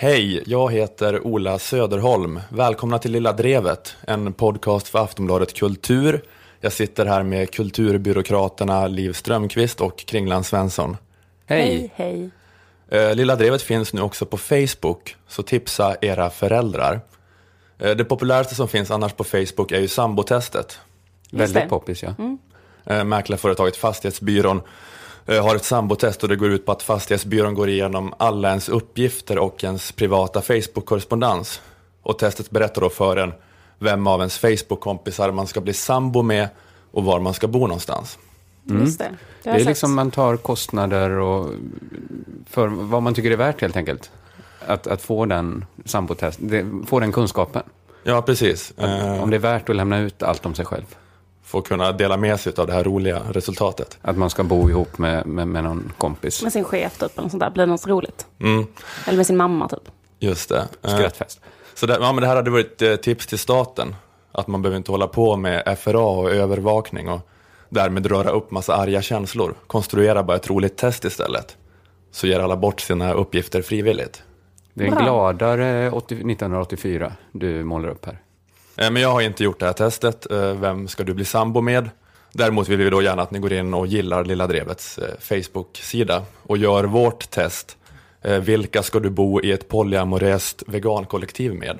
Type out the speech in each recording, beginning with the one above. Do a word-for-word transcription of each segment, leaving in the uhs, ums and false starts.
Hej, jag heter Ola Söderholm. Välkomna till Lilla Drevet, en podcast för Aftonbladet Kultur. Jag sitter här med kulturbyråkraterna Liv Strömqvist och Kringland Svensson. Hej, hej. hej. Lilla Drevet finns nu också på Facebook, så tipsa era föräldrar. Det populäraste som finns annars på Facebook är ju sambotestet. Väldigt poppis, ja. Mm. Mäklarföretaget Fastighetsbyrån har ett sambotest och det går ut på att Fastighetsbyrån går igenom alla ens uppgifter och ens privata Facebook-korrespondens. Och testet berättar då för en vem av ens Facebook-kompisar man ska bli sambo med och var man ska bo någonstans. Mm. Just det. Det, det är liksom man tar kostnader och för vad man tycker är värt helt enkelt. Att, att få den sambotest, få den kunskapen. Ja, precis. Att, om det är värt att lämna ut allt om sig själv. För att kunna dela med sig av det här roliga resultatet. Att man ska bo ihop med, med, med någon kompis. Med sin chef typ, eller sånt där. Blir något roligt. Mm. Eller med sin mamma typ. Just det. Skrattfest. Så det, ja, men det här hade varit ett tips till staten. Att man behöver inte hålla på med F R A och övervakning och därmed röra upp massa arga känslor. Konstruera bara ett roligt test istället. Så ger alla bort sina uppgifter frivilligt. Det är en gladare nittonhundraåttiofyra du målar upp här. Men jag har inte gjort det här testet. Vem ska du bli sambo med? Däremot vill vi då gärna att ni går in och gillar Lilla Drevets Facebook-sida och gör vårt test. Vilka ska du bo i ett polyamoröst vegankollektiv med?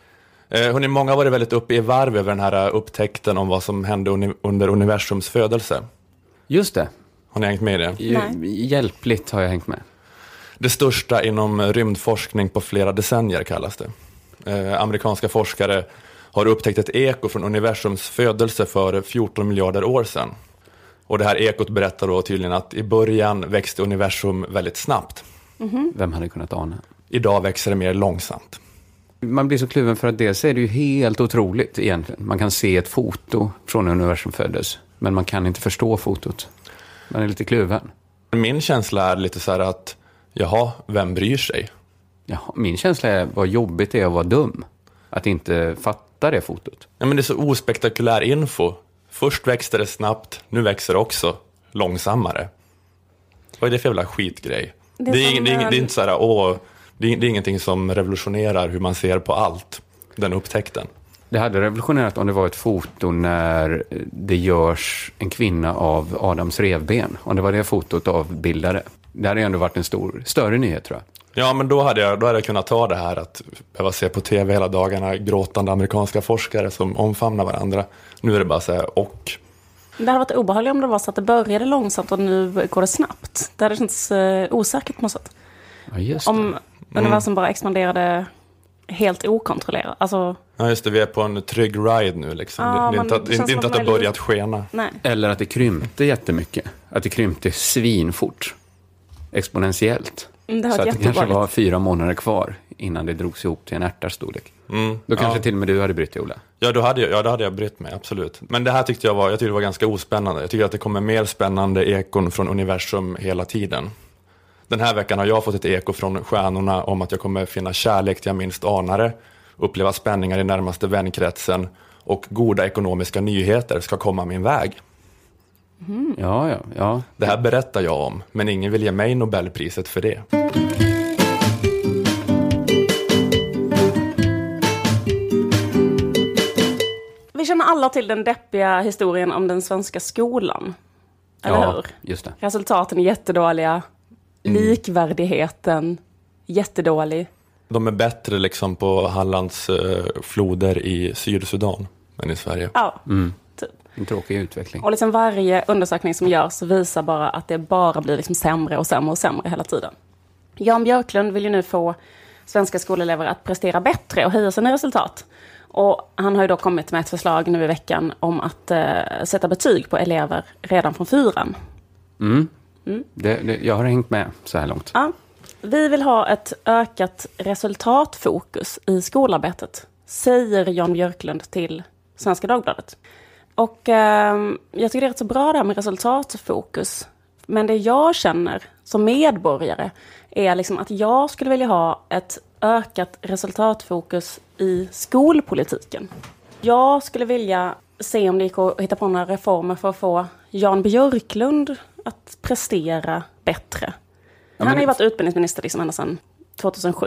Hörrni, många har varit väldigt uppe i varv över den här upptäckten om vad som hände under universums födelse. Just det. Har ni hängt med i det? Nej. Hjälpligt har jag hängt med. Det största inom rymdforskning på flera decennier kallas det. Eh, amerikanska forskare har upptäckt ett eko från universums födelse för fjorton miljarder år sedan. Och det här ekot berättar då tydligen att i början växte universum väldigt snabbt. Mm-hmm. Vem hade kunnat ana? Idag växer det mer långsamt. Man blir så kluven för att dels är det ju helt otroligt egentligen. Man kan se ett foto från universum föddes, men man kan inte förstå fotot. Man är lite kluven. Min känsla är lite så här att, jaha, vem bryr sig? Ja, min känsla är vad jobbigt det är att vara dum. Att inte fatta det fotot. Ja, men det är så ospektakulär info. Först växte det snabbt, nu växer det också långsammare. Vad är det för jävla skitgrej? Det är, det är, ing, det är, det är inte så här, åh, det är, det är ingenting som revolutionerar hur man ser på allt, den upptäckten. Det hade revolutionerat om det var ett foto när det görs en kvinna av Adams revben. Om det var det fotot avbildade. Det hade ändå varit en stor, större nyhet tror jag. Ja, men då hade, jag, då hade jag kunnat ta det här att behöva se på tv hela dagarna gråtande amerikanska forskare som omfamnar varandra. Nu är det bara så här, och... Det hade varit obehagligt om det var så att det började långsamt och nu går det snabbt. Det hade känts uh, osäkert på något sätt. Ja, just det. Om mm. universum bara expanderade helt okontrollerat. Alltså... Ja, just det. Vi är på en trygg ride nu. Liksom. Ja, det, det är inte att det, inte att det har börjat skena. Nej. Eller att det krympte jättemycket. Att det krympte svinfort. Exponentiellt. Det så att det kanske var fyra månader kvar innan det drogs ihop till en ärtars storlek. Mm, då kanske ja. till och med du hade brytt dig, Ola. Ja, då hade jag, ja, då hade jag brytt mig, absolut. Men det här tyckte jag var, jag tyckte det var ganska ospännande. Jag tycker att det kommer mer spännande ekon från universum hela tiden. Den här veckan har jag fått ett eko från stjärnorna om att jag kommer finna kärlek till jag minst anare, uppleva spänningar i närmaste vänkretsen och goda ekonomiska nyheter ska komma min väg. Mm. Ja, ja, ja. Det här berättar jag om, men ingen vill ge mig Nobelpriset för det. Vi känner alla till den deppiga historien om den svenska skolan. Eller ja, hur? Just det. Resultaten är jättedåliga. Mm. Likvärdigheten jättedålig. De är bättre liksom på Hallands uh, floder i Sydsudan än i Sverige. Ja, mm. typ. En tråkig utveckling. Och liksom varje undersökning som görs visar bara att det bara blir liksom sämre och sämre och sämre hela tiden. Jan Björklund vill ju nu få svenska skolelever att prestera bättre och höja sina resultat. Och han har ju då kommit med ett förslag nu i veckan om att uh, sätta betyg på elever redan från fyran. Mm. Mm. Det, det, jag har hängt med så här långt. Ja. Vi vill ha ett ökat resultatfokus i skolarbetet, säger Jan Björklund till Svenska Dagbladet. Och eh, jag tycker det är rätt så bra det här med resultatfokus. Men det jag känner som medborgare är liksom att jag skulle vilja ha ett ökat resultatfokus i skolpolitiken. Jag skulle vilja se om det gick att hitta på några reformer för att få Jan Björklund att prestera bättre. Han har ju varit utbildningsminister liksom ända sedan tjugohundrasju.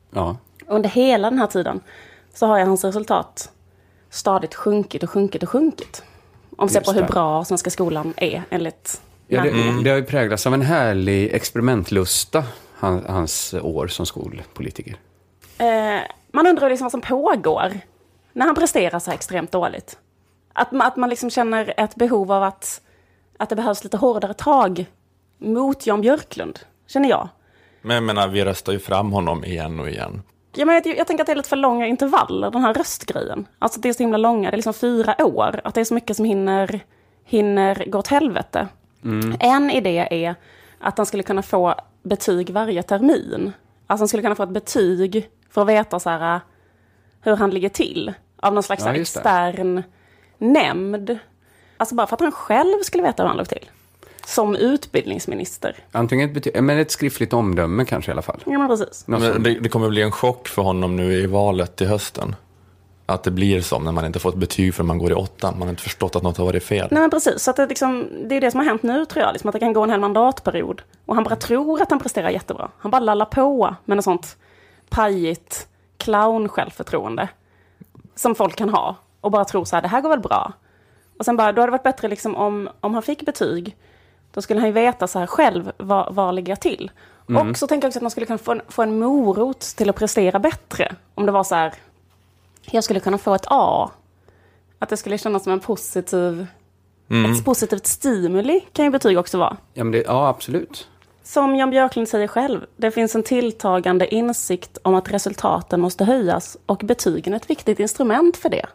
Ja. Under hela den här tiden så har ju hans resultat stadigt sjunkit och sjunkit och sjunkit. Om vi ser på hur bra svenska skolan är enligt... Ja, det, mm. det har ju präglats av en härlig experimentlusta, hans, hans år som skolpolitiker. Eh, man undrar liksom vad som pågår när han presterar så här extremt dåligt. Att, att man liksom känner ett behov av att, att det behövs lite hårdare tag mot Jan Björklund, känner jag. Men jag menar, vi röstar ju fram honom igen och igen. Ja, men jag, jag tänker att det är lite för långa intervaller, den här röstgrejen. Alltså det är så himla långa, det är liksom fyra år. Att det är så mycket som hinner, hinner gå åt helvete. Mm. En idé är att han skulle kunna få betyg varje termin. Alltså han skulle kunna få ett betyg för att veta så här, hur han ligger till. Av någon slags ja, extern nämnd. Alltså bara för att han själv skulle veta hur han låg till. Som utbildningsminister. Antingen ett betyg, men ett skriftligt omdöme kanske i alla fall. Ja, men precis. Men det, det kommer bli en chock för honom nu i valet till hösten. Att det blir som när man inte får ett betyg för man går i åttan. Man har inte förstått att något har varit fel. Nej, men precis. Så att det, liksom, det är det som har hänt nu, tror jag. Liksom, att det kan gå en hel mandatperiod. Och han bara tror att han presterar jättebra. Han bara lallar på med något sånt pajigt clown-självförtroende. Som folk kan ha. Och bara tro så här, det här går väl bra. Och sen bara, då hade det varit bättre liksom, om, om han fick betyg. Då skulle han ju veta så här själv, vad, vad ligger jag till? Mm. Och så tänker jag också att man skulle kunna få en, få en morot till att prestera bättre. Om det var så här, jag skulle kunna få ett A. Att det skulle kännas som en positiv, mm. ett positivt stimuli kan ju betyg också vara. Ja, men det, ja, absolut. Som Jan Björklund säger själv, det finns en tilltagande insikt om att resultaten måste höjas och betygen är ett viktigt instrument för det.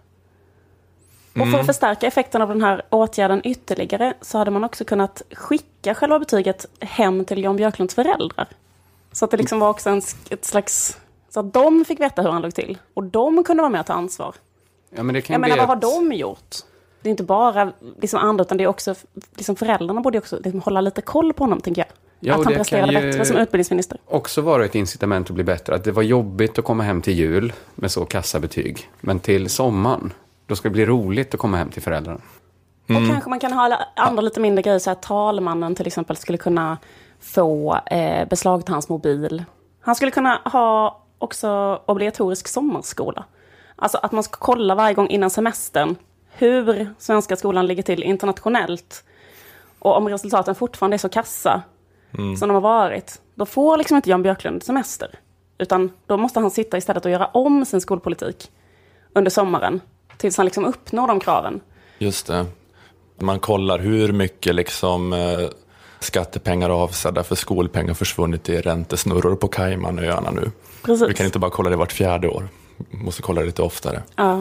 Och för att förstärka effekten av den här åtgärden ytterligare så hade man också kunnat skicka själva betyget hem till Jan Björklunds föräldrar. Så att det liksom var också en, ett slags... Så att de fick veta hur han låg till. Och de kunde vara med att ta ansvar. Ja, men det kan Jag menar, ett... vad har de gjort? Det är inte bara liksom andra, utan det är också... Liksom föräldrarna borde också liksom hålla lite koll på honom, tänker jag. Ja, att han presterade bättre som utbildningsminister. Också vara ett incitament att bli bättre. Att det var jobbigt att komma hem till jul med så kassabetyg. Men till sommaren... Då ska det bli roligt att komma hem till föräldrarna. Mm. Och kanske man kan ha andra lite mindre grejer. Så att talmannen till exempel skulle kunna få eh, beslag till hans mobil. Han skulle kunna ha också obligatorisk sommarskola. Alltså att man ska kolla varje gång innan semestern hur svenska skolan ligger till internationellt. Och om resultaten fortfarande är så kassa mm. som de har varit. Då får liksom inte Jan Björklund semester. Utan då måste han sitta istället och göra om sin skolpolitik under sommaren. Tills han liksom uppnår de kraven. Just det. Man kollar hur mycket liksom, eh, skattepengar avsedda för skolpengar försvunnit i räntesnurror på Caymanöarna nu. Precis. Vi kan inte bara kolla det vart fjärde år. Vi måste kolla det lite oftare. Ja.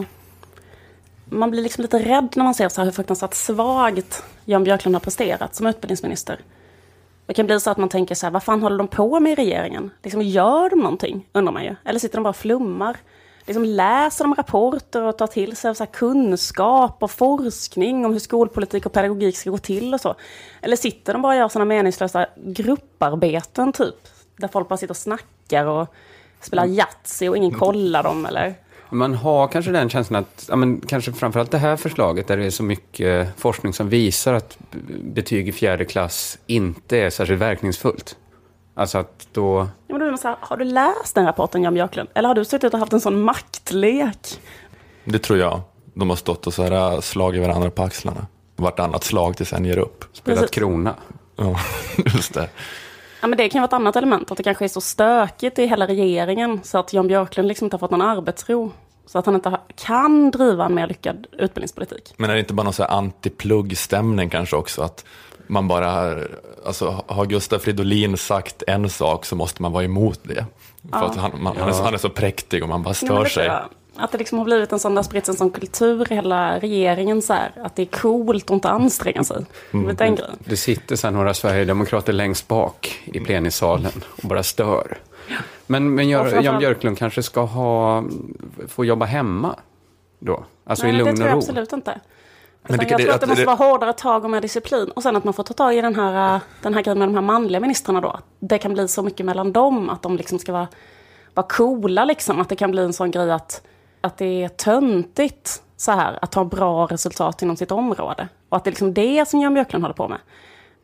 Man blir liksom lite rädd när man ser så här hur fruktansvärt svagt Jan Björklund har presterat som utbildningsminister. Det kan bli så att man tänker så här, vad fan håller de på med i regeringen? Liksom, gör de någonting, undrar man ju. Eller sitter de bara och flummar? Liksom läser de rapporter och tar till sig av så här kunskap och forskning om hur skolpolitik och pedagogik ska gå till och så. Eller sitter de bara och gör sådana meningslösa grupparbeten typ. Där folk bara sitter och snackar och spelar Yatzy och ingen kollar dem eller... Man har kanske den känslan att, ja, men kanske framförallt det här förslaget där det är så mycket forskning som visar att betyg i fjärde klass inte är särskilt verkningsfullt. Alltså att då... Ja, men då är man så här, har du läst den rapporten, Jan Björklund? Eller har du suttit och haft en sån maktlek? Det tror jag. De har stått och så här slagit varandra på axlarna. Vartannat slag tills en ger upp. Spelat Precis. Krona. Ja, just det. Ja, men det kan vara ett annat element. Att det kanske är så stökigt i hela regeringen. Så att Jan Björklund liksom inte har fått någon arbetsro. Så att han inte kan driva en mer lyckad utbildningspolitik. Men är det inte bara någon så här anti-plugg-stämning kanske också? Att man bara, alltså har Gustav Fridolin sagt en sak så måste man vara emot det. Ja. För att han, man, ja. han, är så, han är så präktig och man bara stör ja, sig. Att det liksom har blivit en sån där spritsen som kultur i hela regeringen så här. Att det är coolt att inte anstränga sig. Mm. Det, det sitter så några Sverigedemokrater längst bak i plenisalen och bara stör. Ja. Men, men Jan, Jan Björklund kanske ska ha, få jobba hemma då? Alltså Nej, i lugn och ro? Nej, det tror jag absolut inte. Men det, jag tror det, att det måste det, vara hårdare tag och mer disciplin. Och sen att man får ta tag i den här, den här grejen med de här manliga ministrarna då. Det kan bli så mycket mellan dem. Att de liksom ska vara, vara coola liksom. Att det kan bli en sån grej att, att det är töntigt så här. Att ha bra resultat inom sitt område. Och att det är liksom det som Jan Björklund håller på med.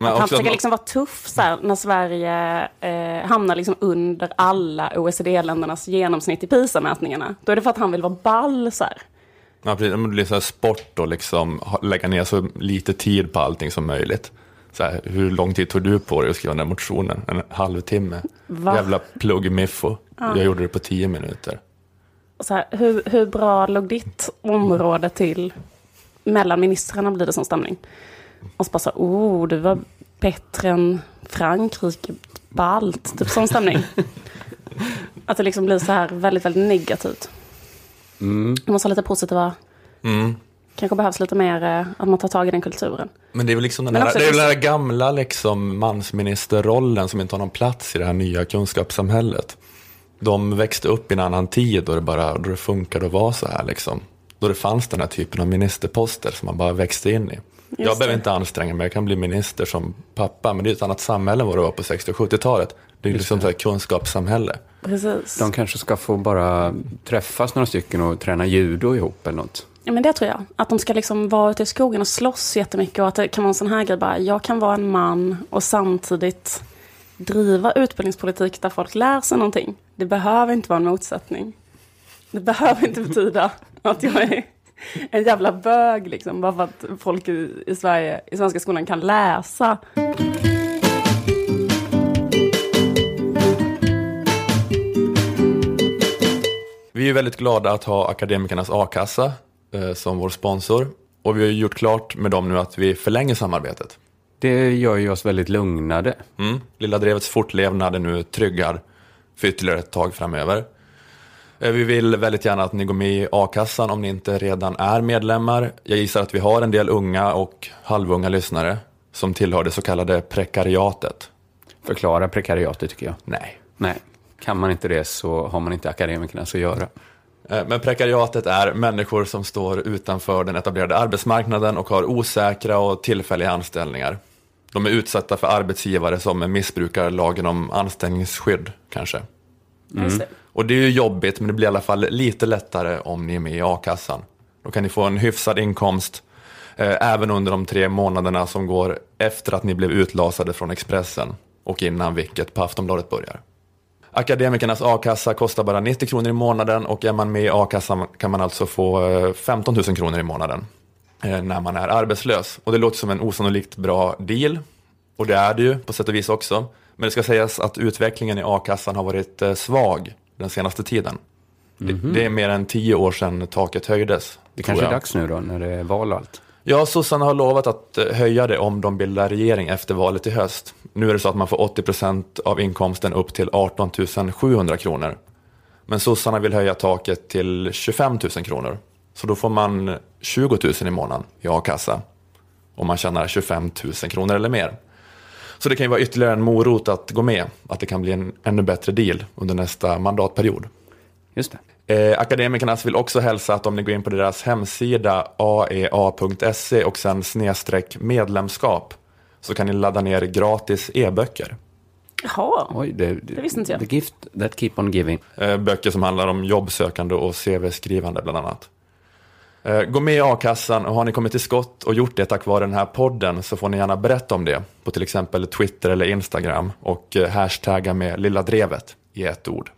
Men att han också försöker att- liksom vara tuff så här, när Sverige eh, hamnar liksom under alla O E C D-ländernas genomsnitt i PISA-mätningarna. Då är det för att han vill vara ball så här. Ja, precis. Det blir så här sport och liksom ha- lägga ner så lite tid på allting som möjligt. Så här, hur lång tid tog du på dig att skriva den här motionen? En halvtimme. Va? Jävla pluggmiffo. Jag gjorde det på tio minuter. Och så här, hur, hur bra låg ditt område till? Mellan ministrarna blir det som stämning. Och så bara så här, oh, du var bättre än Frankrike, balt, typ sån stämning. Att det liksom blir så här väldigt, väldigt negativt. Mm. Man måste ha lite positiva, Mm. kanske behövs lite mer eh, att man tar tag i den kulturen. Men det är väl liksom den Men här, också det är det- väl den här gamla liksom mansministerrollen som inte har någon plats i det här nya kunskapssamhället. De växte upp i en annan tid då det bara då det funkade att vara så här liksom. Då det fanns den här typen av ministerposter som man bara växte in i. jag det. behöver inte anstränga mig, jag kan bli minister som pappa, men det är ett annat samhälle än vad det var på sextio- och sjuttiotalet. Det är liksom ett kunskapssamhälle. Precis. De kanske ska få bara träffas några stycken och träna judo ihop eller något. Ja, men det tror jag. Att de ska liksom vara ute i skogen och slåss jättemycket. Och att det kan vara en sån här grej bara, jag kan vara en man och samtidigt driva utbildningspolitik där folk lär sig någonting. Det behöver inte vara en motsättning. Det behöver inte betyda att jag är en jävla bög liksom. Bara för att folk i, i Sverige, i svenska skolan kan läsa. Vi är väldigt glada att ha Akademikernas A-kassa eh, som vår sponsor. Och vi har gjort klart med dem nu att vi förlänger samarbetet. Det gör ju oss väldigt lugnade. Mm. Lilla Drevets fortlevnad är nu tryggad för ytterligare ett tag framöver. Eh, Vi vill väldigt gärna att ni går med i A-kassan om ni inte redan är medlemmar. Jag gissar att vi har en del unga och halvunga lyssnare som tillhör det så kallade prekariatet. Förklara prekariatet tycker jag. Nej. Nej, kan man inte det så har man inte akademikerna att göra. Eh, Men prekariatet är människor som står utanför den etablerade arbetsmarknaden och har osäkra och tillfälliga anställningar. De är utsatta för arbetsgivare som missbrukar lagen om anställningsskydd kanske. Just det. Och det är ju jobbigt, men det blir i alla fall lite lättare om ni är med i A-kassan. Då kan ni få en hyfsad inkomst eh, även under de tre månaderna som går efter att ni blev utlasade från Expressen och innan vilket på Aftonbladet börjar. Akademikernas A-kassa kostar bara nittio kronor i månaden och är man med i A-kassan kan man alltså få eh, femton tusen kronor i månaden eh, när man är arbetslös. Och det låter som en osannolikt bra deal, och det är det ju på sätt och vis också. Men det ska sägas att utvecklingen i A-kassan har varit eh, svag den senaste tiden. Det, det är mer än tio år sedan taket höjdes. Det tror kanske är jag. dags nu då när det är val och allt. Ja, sossarna har lovat att eh, höja det om de bildar regering efter valet i höst. Nu är det så att man får åttio procent av inkomsten upp till arton tusen sjuhundra kronor. Men sossarna vill höja taket till tjugofem tusen kronor. Så då får man tjugo tusen i månaden i A-kassa. Om man tjänar tjugofem tusen kronor eller mer. Så det kan ju vara ytterligare en morot att gå med. Att det kan bli en ännu bättre deal under nästa mandatperiod. Just det. Eh, Akademikernas vill också hälsa att om ni går in på deras hemsida a e a punkt se och sen snedstreck medlemskap så kan ni ladda ner gratis e-böcker. Jaha. Oj, det, Det visste inte jag. The gift that keep on giving. Eh, böcker som handlar om jobbsökande och C V-skrivande bland annat. Eh, gå med i A-kassan, och har ni kommit till skott och gjort det tack vare den här podden så får ni gärna berätta om det på till exempel Twitter eller Instagram och eh, hashtagga med Lilla Drevet i ett ord.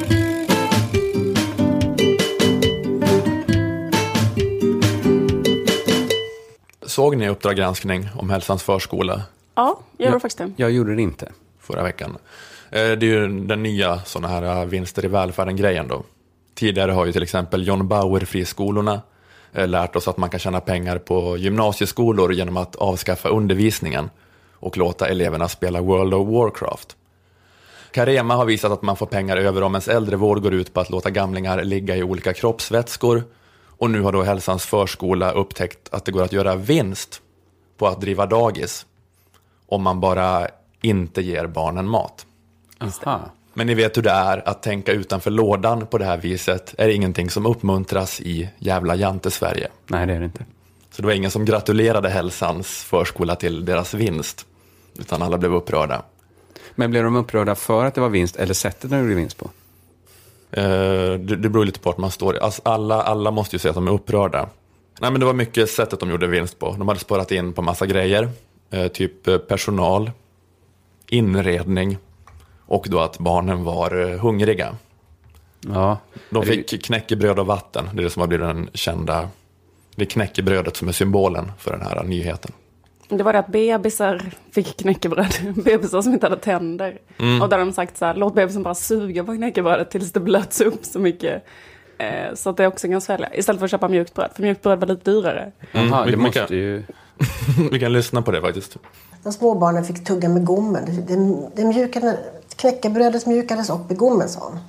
Såg ni Uppdrag granskning om Hälsans förskola Ja, jag gjorde Ja. faktiskt det. Jag gjorde det inte. förra veckan? Eh, Det är ju den nya såna här vinster i välfärden-grejen då. Tidigare har ju till exempel John Bauer-friskolorna eh, lärt oss att man kan tjäna pengar på gymnasieskolor genom att avskaffa undervisningen och låta eleverna spela World of Warcraft. Carema har visat att man får pengar över om ens äldrevård går ut på att låta gamlingar ligga i olika kroppsvätskor. Och nu har då Hälsans förskola upptäckt att det går att göra vinst på att driva dagis om man bara inte ger barnen mat. Aha. Men ni vet hur det är att tänka utanför lådan på det här viset är ingenting som uppmuntras i jävla Jante-Sverige. Nej, det är det inte. Så det var ingen som gratulerade Hälsans förskola till deras vinst, utan alla blev upprörda. Men blev de upprörda för att det var vinst eller sättet när det blev vinst på? Eh, det, det beror lite på vart man står. Alltså alla, alla måste ju säga att de är upprörda. Nej, men det var mycket sättet de gjorde vinst på. De hade sparat in på massa grejer. Eh, typ personal, inredning och då att barnen var eh, hungriga. Ja. De fick knäckebröd och vatten. Det är det som har blivit den kända... Det är knäckebrödet som är symbolen för den här nyheten. Det var det att bebisar fick knäckebröd. Bebisar som inte hade tänder. Mm. Och där de sagt så här, låt bebisen bara suga på knäckebrödet tills det blöts upp så mycket. Eh, så att det är också ganska välja. Istället för att köpa mjukt bröd. För mjukt bröd var lite dyrare. Mm. Aha, det vi, måste kan, ju... vi kan lyssna på det faktiskt. De små barnen fick tugga med gommen. Det, det mjukade, knäckebrödet mjukades upp i gommen, sa hon.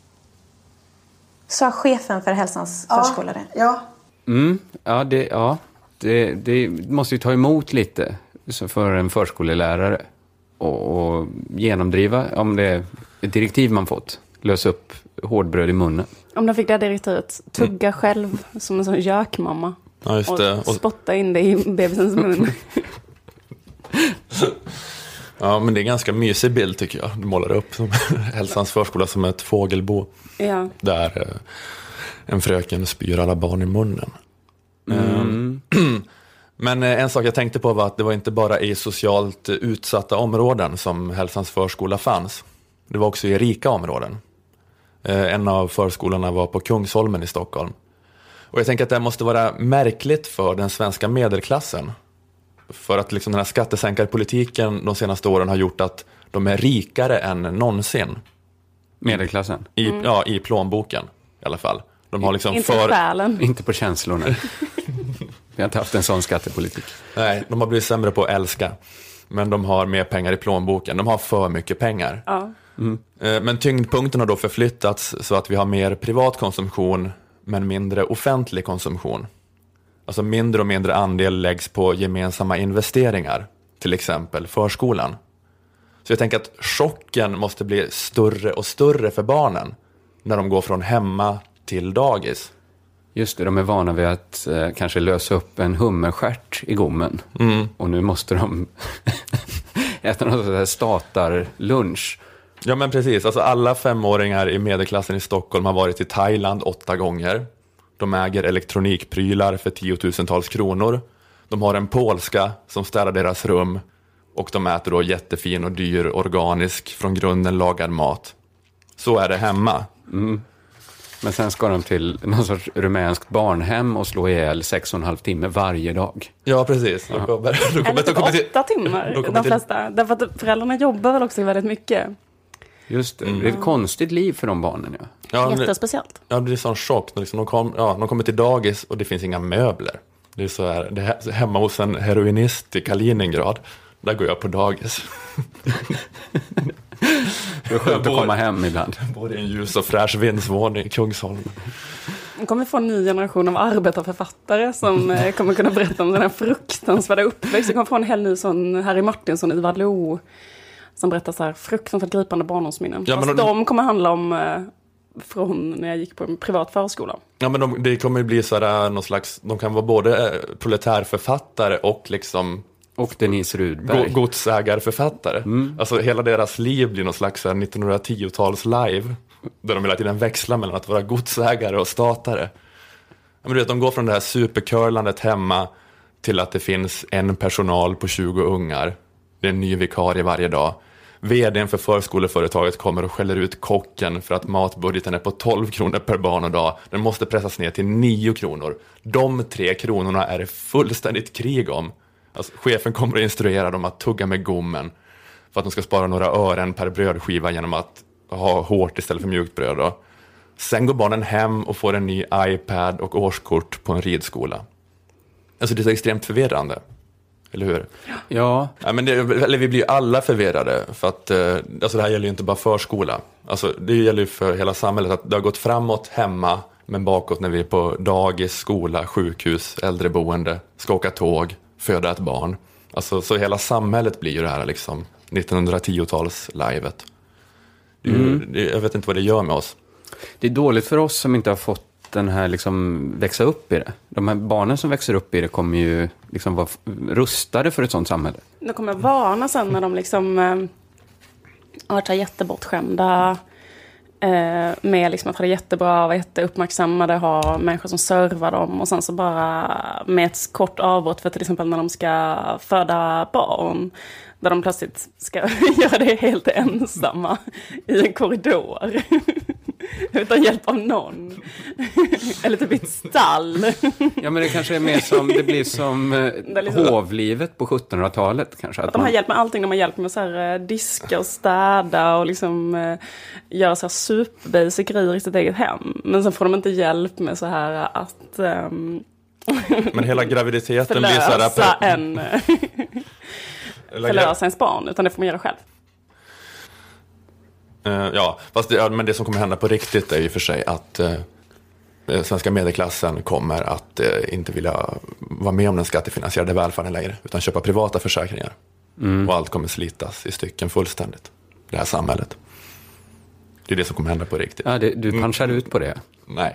Sa chefen för Hälsans ja, förskola det? Ja. Mm, ja, det, ja det, det måste ju ta emot lite för en förskolelärare och, och genomdriva, om det är ett direktiv man fått, lösa upp hårdbröd i munnen. Om de fick det direktivet, tugga mm. själv som en sån gökmamma. Ja, just det. Och spotta in det i bebisens mun. Ja, men det är en ganska mysig bild tycker jag. Du målar upp som Hälsans förskola som ett fågelbo. Ja. Där eh, en fröken spyr alla barn i munnen. Mm. Men eh, en sak jag tänkte på var att det var inte bara i socialt utsatta områden som Hälsans förskola fanns. Det var också i rika områden. Eh, en av förskolorna var på Kungsholmen i Stockholm. Och jag tänker att det måste vara märkligt för den svenska medelklassen. För att liksom den här skattesänkarpolitiken de senaste åren har gjort att de är rikare än någonsin. Medelklassen? I, mm. Ja, i plånboken i alla fall. De har liksom inte för... själen. Inte på känslorna. Vi har inte haft en sån skattepolitik. Nej, de har blivit sämre på att älska. Men de har mer pengar i plånboken. De har för mycket pengar. Ja. Mm. Men tyngdpunkten har då förflyttats så att vi har mer privat konsumtion men mindre offentlig konsumtion. Alltså mindre och mindre andel läggs på gemensamma investeringar. Till exempel förskolan. Så jag tänker att chocken måste bli större och större för barnen när de går från hemma till dagis. Just det, de är vana vid att eh, kanske lösa upp en hummerstjärt i gommen. Mm. Och nu måste de äta något sånt här statarlunch. Ja men precis, alltså alla femåringar i medelklassen i Stockholm har varit i Thailand åtta gånger. De äger elektronikprylar för tiotusentals kronor. De har en polska som städar deras rum. Och de äter då jättefin och dyr organisk från grunden lagad mat. Så är det hemma. Mm. Men sen ska de till någon sorts rumänskt barnhem och slå ihjäl sex och en halv timme varje dag. Ja, precis. De kommer, de kommer, Eller typ kommer till, åtta timmar, de, de flesta. Därför att föräldrarna jobbar väl också väldigt mycket. Just det, Mm. det är ett konstigt liv för de barnen. Ja. Ja, jättespeciellt. Ja, det blir sån chock. Liksom de, kom, ja, de kommer till dagis och det finns inga möbler. Det är så här, det är hemma hos en heroinist i Kaliningrad. Där går jag på dagis. Det är skönt att komma hem ibland. Både i en ljus och fräsch vindsvåning i Kungsholmen. Vi kommer få en ny generation av arbetarförfattare som eh, kommer kunna berätta om den här fruktansvärda uppväxt. Vi kommer få en hel ny sån Harry Martinsson, Ivar Lo, som berättar så här fruktansvärt gripande barndomsminnen. Ja, Fast de, de kommer handla om eh, från när jag gick på en privat förskola. Ja, men de, det kommer ju bli så här någon slags, de kan vara både proletärförfattare och liksom och Denise Rudberg. Godsägarförfattare. Mm. Alltså hela deras liv blir någon slags nittonhundratio-tals live. Där de hela tiden växlar mellan att vara godsägare och statare. Men du vet, de går från det här supercurlandet hemma till att det finns en personal på tjugo ungar. Det är en ny vikarie varje dag. Vdn för förskoleföretaget kommer och skäller ut kocken för att matbudgeten är på tolv kronor per barn och dag. Den måste pressas ner till nio kronor. De tre kronorna är det fullständigt krig om. Alltså, chefen kommer att instruera dem att tugga med gommen för att de ska spara några ören per brödskiva genom att ha hårt istället för mjukt bröd. Då. Sen går barnen hem och får en ny iPad och årskort på en ridskola. Alltså det är så extremt förvirrande. Eller hur? Ja. Ja men det, eller vi blir ju alla förvirrade för att alltså det här gäller ju inte bara förskola. Alltså det gäller ju för hela samhället att det har gått framåt hemma men bakåt när vi är på dagis, skola, sjukhus, äldreboende, ska åka tåg, föda ett barn. Alltså så hela samhället blir ju det här liksom nittonhundratio-tals livet. Det är ju, Mm. det, jag vet inte vad det gör med oss. Det är dåligt för oss som inte har fått den här liksom växa upp i det. De här barnen som växer upp i det kommer ju liksom vara rustade för ett sånt samhälle. De kommer varna sen när de liksom äh, har varit så jättebortskämda Eh, med liksom att ha det jättebra, vara jätteuppmärksammade, ha människor som servar dem och sen så bara med ett kort avbrott för till exempel när de ska föda barn där de plötsligt ska göra det helt ensamma i en korridor utan hjälp av någon eller typ i ett stall. Ja, men det kanske är mer som det blir som det liksom, hovlivet på sjuttonhundratalet kanske. Att, att de man... har hjälp med allting, de har hjälp med så här, diska och städa och liksom eh, göra så här superbasic grejer i sitt eget hem. Men sen får de inte hjälp med så här att um, men hela graviditeten blir så här förlösa en förlösa ens barn, utan det får man göra själv. Uh, ja, fast det, ja, men det som kommer hända på riktigt är ju för sig att uh, svenska medelklassen kommer att uh, inte vilja vara med om den skattefinansierade välfärden längre, utan köpa privata försäkringar. Mm. Och allt kommer slitas i stycken fullständigt, det här samhället. Det är det som kommer hända på riktigt. Ja, det, du punchar mm. ut på det? Nej.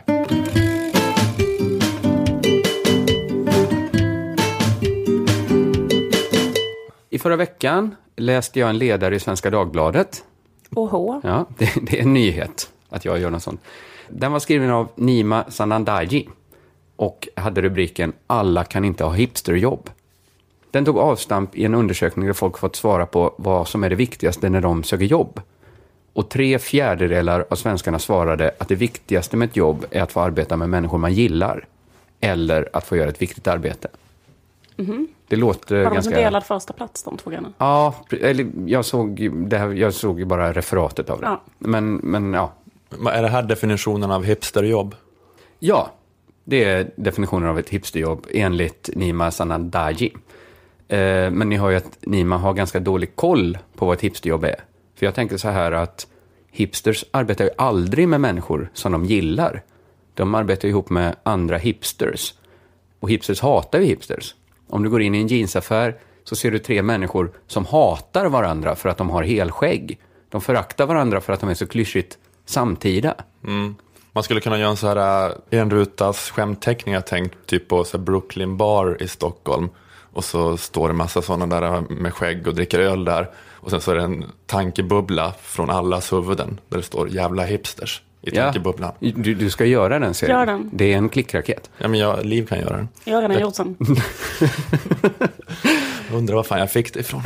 I förra veckan läste jag en ledare i Svenska Dagbladet. Oho. Ja, det, det är en nyhet att jag gör något sånt. Den var skriven av Nima Sanandaji och hade rubriken "Alla kan inte ha hipsterjobb". Den tog avstamp i en undersökning där folk fått svara på vad som är det viktigaste när de söker jobb. Och tre fjärdedelar av svenskarna svarade att det viktigaste med ett jobb är att få arbeta med människor man gillar. Eller att få göra ett viktigt arbete. Mm-hmm. Det låter var de ganska... som delad första plats, de två grejerna? Ja, eller jag såg, det här, jag såg ju bara referatet av det. Ja. Men, men ja. Är det här definitionen av hipsterjobb? Ja, det är definitionen av ett hipsterjobb enligt Nima Sanandaji. Eh, men ni hör ju att Nima har ganska dålig koll på vad ett hipsterjobb är. För jag tänker så här att hipsters arbetar ju aldrig med människor som de gillar. De arbetar ihop med andra hipsters. Och hipsters hatar ju hipsters. Om du går in i en jeansaffär så ser du tre människor som hatar varandra för att de har helskägg. De föraktar varandra för att de är så klyschigt samtida. Mm. Man skulle kunna göra en så här enrutas skämtteckning, jag tänkt typ på så här Brooklyn Bar i Stockholm. Och så står det en massa sådana där med skägg och dricker öl där. Och sen så är det en tankebubbla från allas huvuden där det står jävla hipsters i tankebubblan. Ja, du, du ska göra den serien. Gör den. Det är en klickraket. Ja, men jag, Liv kan göra den. Jag har redan gjort den. Jag undrar vad fan jag fick det ifrån.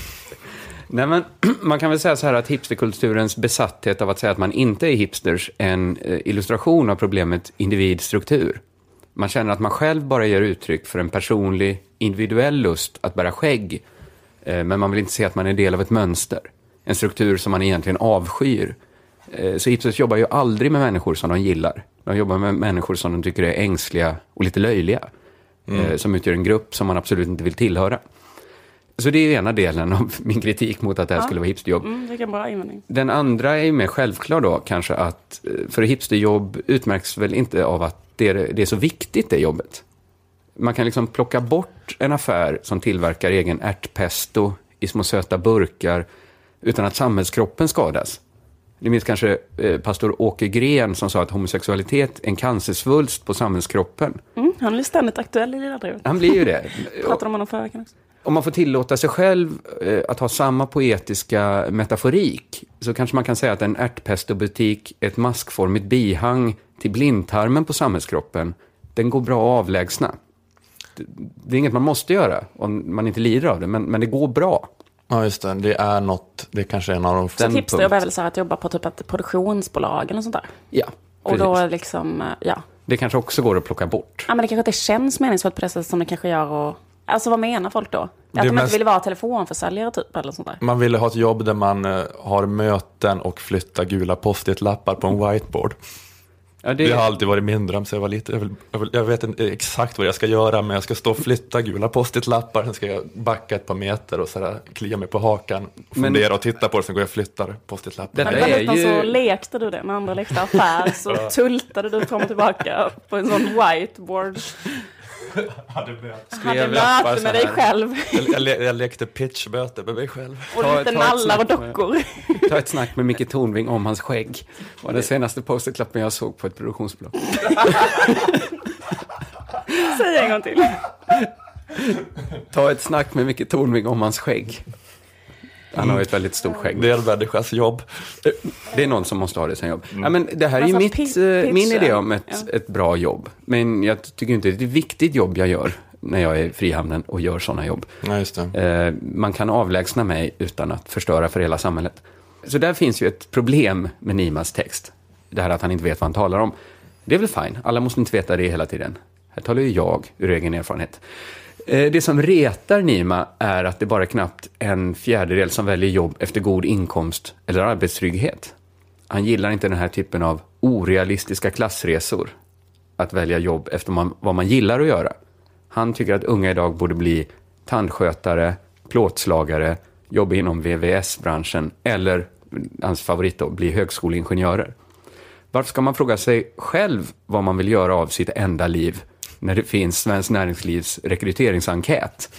Nej, men man kan väl säga så här att hipsterkulturens besatthet av att säga att man inte är hipsters är en eh, illustration av problemet individstruktur. Man känner att man själv bara ger uttryck för en personlig, individuell lust att bära skägg. Eh, men man vill inte se att man är del av ett mönster. En struktur som man egentligen avskyr. Eh, så hipsters jobbar ju aldrig med människor som de gillar. De jobbar med människor som de tycker är ängsliga och lite löjliga. Mm. Eh, som utgör en grupp som man absolut inte vill tillhöra. Så det är ena delen av min kritik mot att det här ja. skulle vara hipsterjobb. Mm, det är en bra invändning. Den andra är ju mer självklar då kanske att för hipsterjobb utmärks väl inte av att det är, det är så viktigt det jobbet. Man kan liksom plocka bort en affär som tillverkar egen ärtpesto i små söta burkar utan att samhällskroppen skadas. Ni minns kanske eh, pastor Åke Gren som sa att homosexualitet är en cancersvulst på samhällskroppen. Mm, han är ständigt aktuell i det där. Han blir ju det. Pratar de om honom förra veckan också? Om man får tillåta sig själv eh, att ha samma poetiska metaforik så kanske man kan säga att en ärtpestobutik är ett maskformigt bihang till blindtarmen på samhällskroppen. Den går bra att avlägsna. Det, det är inget man måste göra om man inte lider av det, men, men det går bra. Ja, just det. Det är något, det är kanske en av de... Så hipsterjobb är väl så här att jobba på typ ett produktionsbolag eller sånt där? Ja, och då liksom, ja. Det kanske också går att plocka bort. Ja, men det kanske inte känns meningsfullt på det sättet som det kanske gör och... Alltså vad menar folk då? Att de mest... inte vill vara telefonförsäljare typ eller sånt där? Man vill ha ett jobb där man uh, har möten och flyttar gula post-it-lappar på en whiteboard. Ja, det... det har alltid varit min dröm så jag var lite... Jag, vill, jag, vill, jag vet inte exakt vad jag ska göra men jag ska stå och flytta gula post-it-lappar. Sen ska jag backa ett par meter och sådär, klia mig på hakan och fundera men... och titta på det. Sen går jag och flyttar post-it-lappar. Men det är ju... så lekte du det när andra lekte affär så tultade du fram och tillbaka på en sån whiteboard. Hade möte, hade möte med dig själv. Jag, jag, jag lekte pitchmöte med mig själv. Och ta, lite ta nallar och dockor. Med, ta ett snack med Micke Tornving om hans skägg. Var den senaste post-it-lappen jag såg på ett produktionsbolag. Säg en gång till. Ta ett snack med Micke Tornving om hans skägg. Han har ett väldigt stort skägg. Det är en människas jobb. Det är någon som måste ha det som jobb. Mm. Ja, men det här är ju mitt, pitch, min idé om ett, ja. ett bra jobb. Men jag tycker inte det är ett viktigt jobb jag gör när jag är i Frihamnen och gör sådana jobb. Ja, just det. Eh, man kan avlägsna mig utan att förstöra för hela samhället. Så där finns ju ett problem med Nimas text. Det här att han inte vet vad han talar om. Det är väl fine. Alla måste inte veta det hela tiden. Här talar ju jag ur egen erfarenhet. Eh, det som retar Nima är att det bara är knappt en fjärdedel som väljer jobb efter god inkomst eller arbetstrygghet. Han gillar inte den här typen av orealistiska klassresor. Att välja jobb efter man, vad man gillar att göra. Han tycker att unga idag borde bli tandskötare, plåtslagare, jobba inom V V S-branschen eller, hans favorit då, bli högskoleingenjörer. Varför ska man fråga sig själv vad man vill göra av sitt enda liv när det finns Svenskt Näringslivs rekryteringsenkät?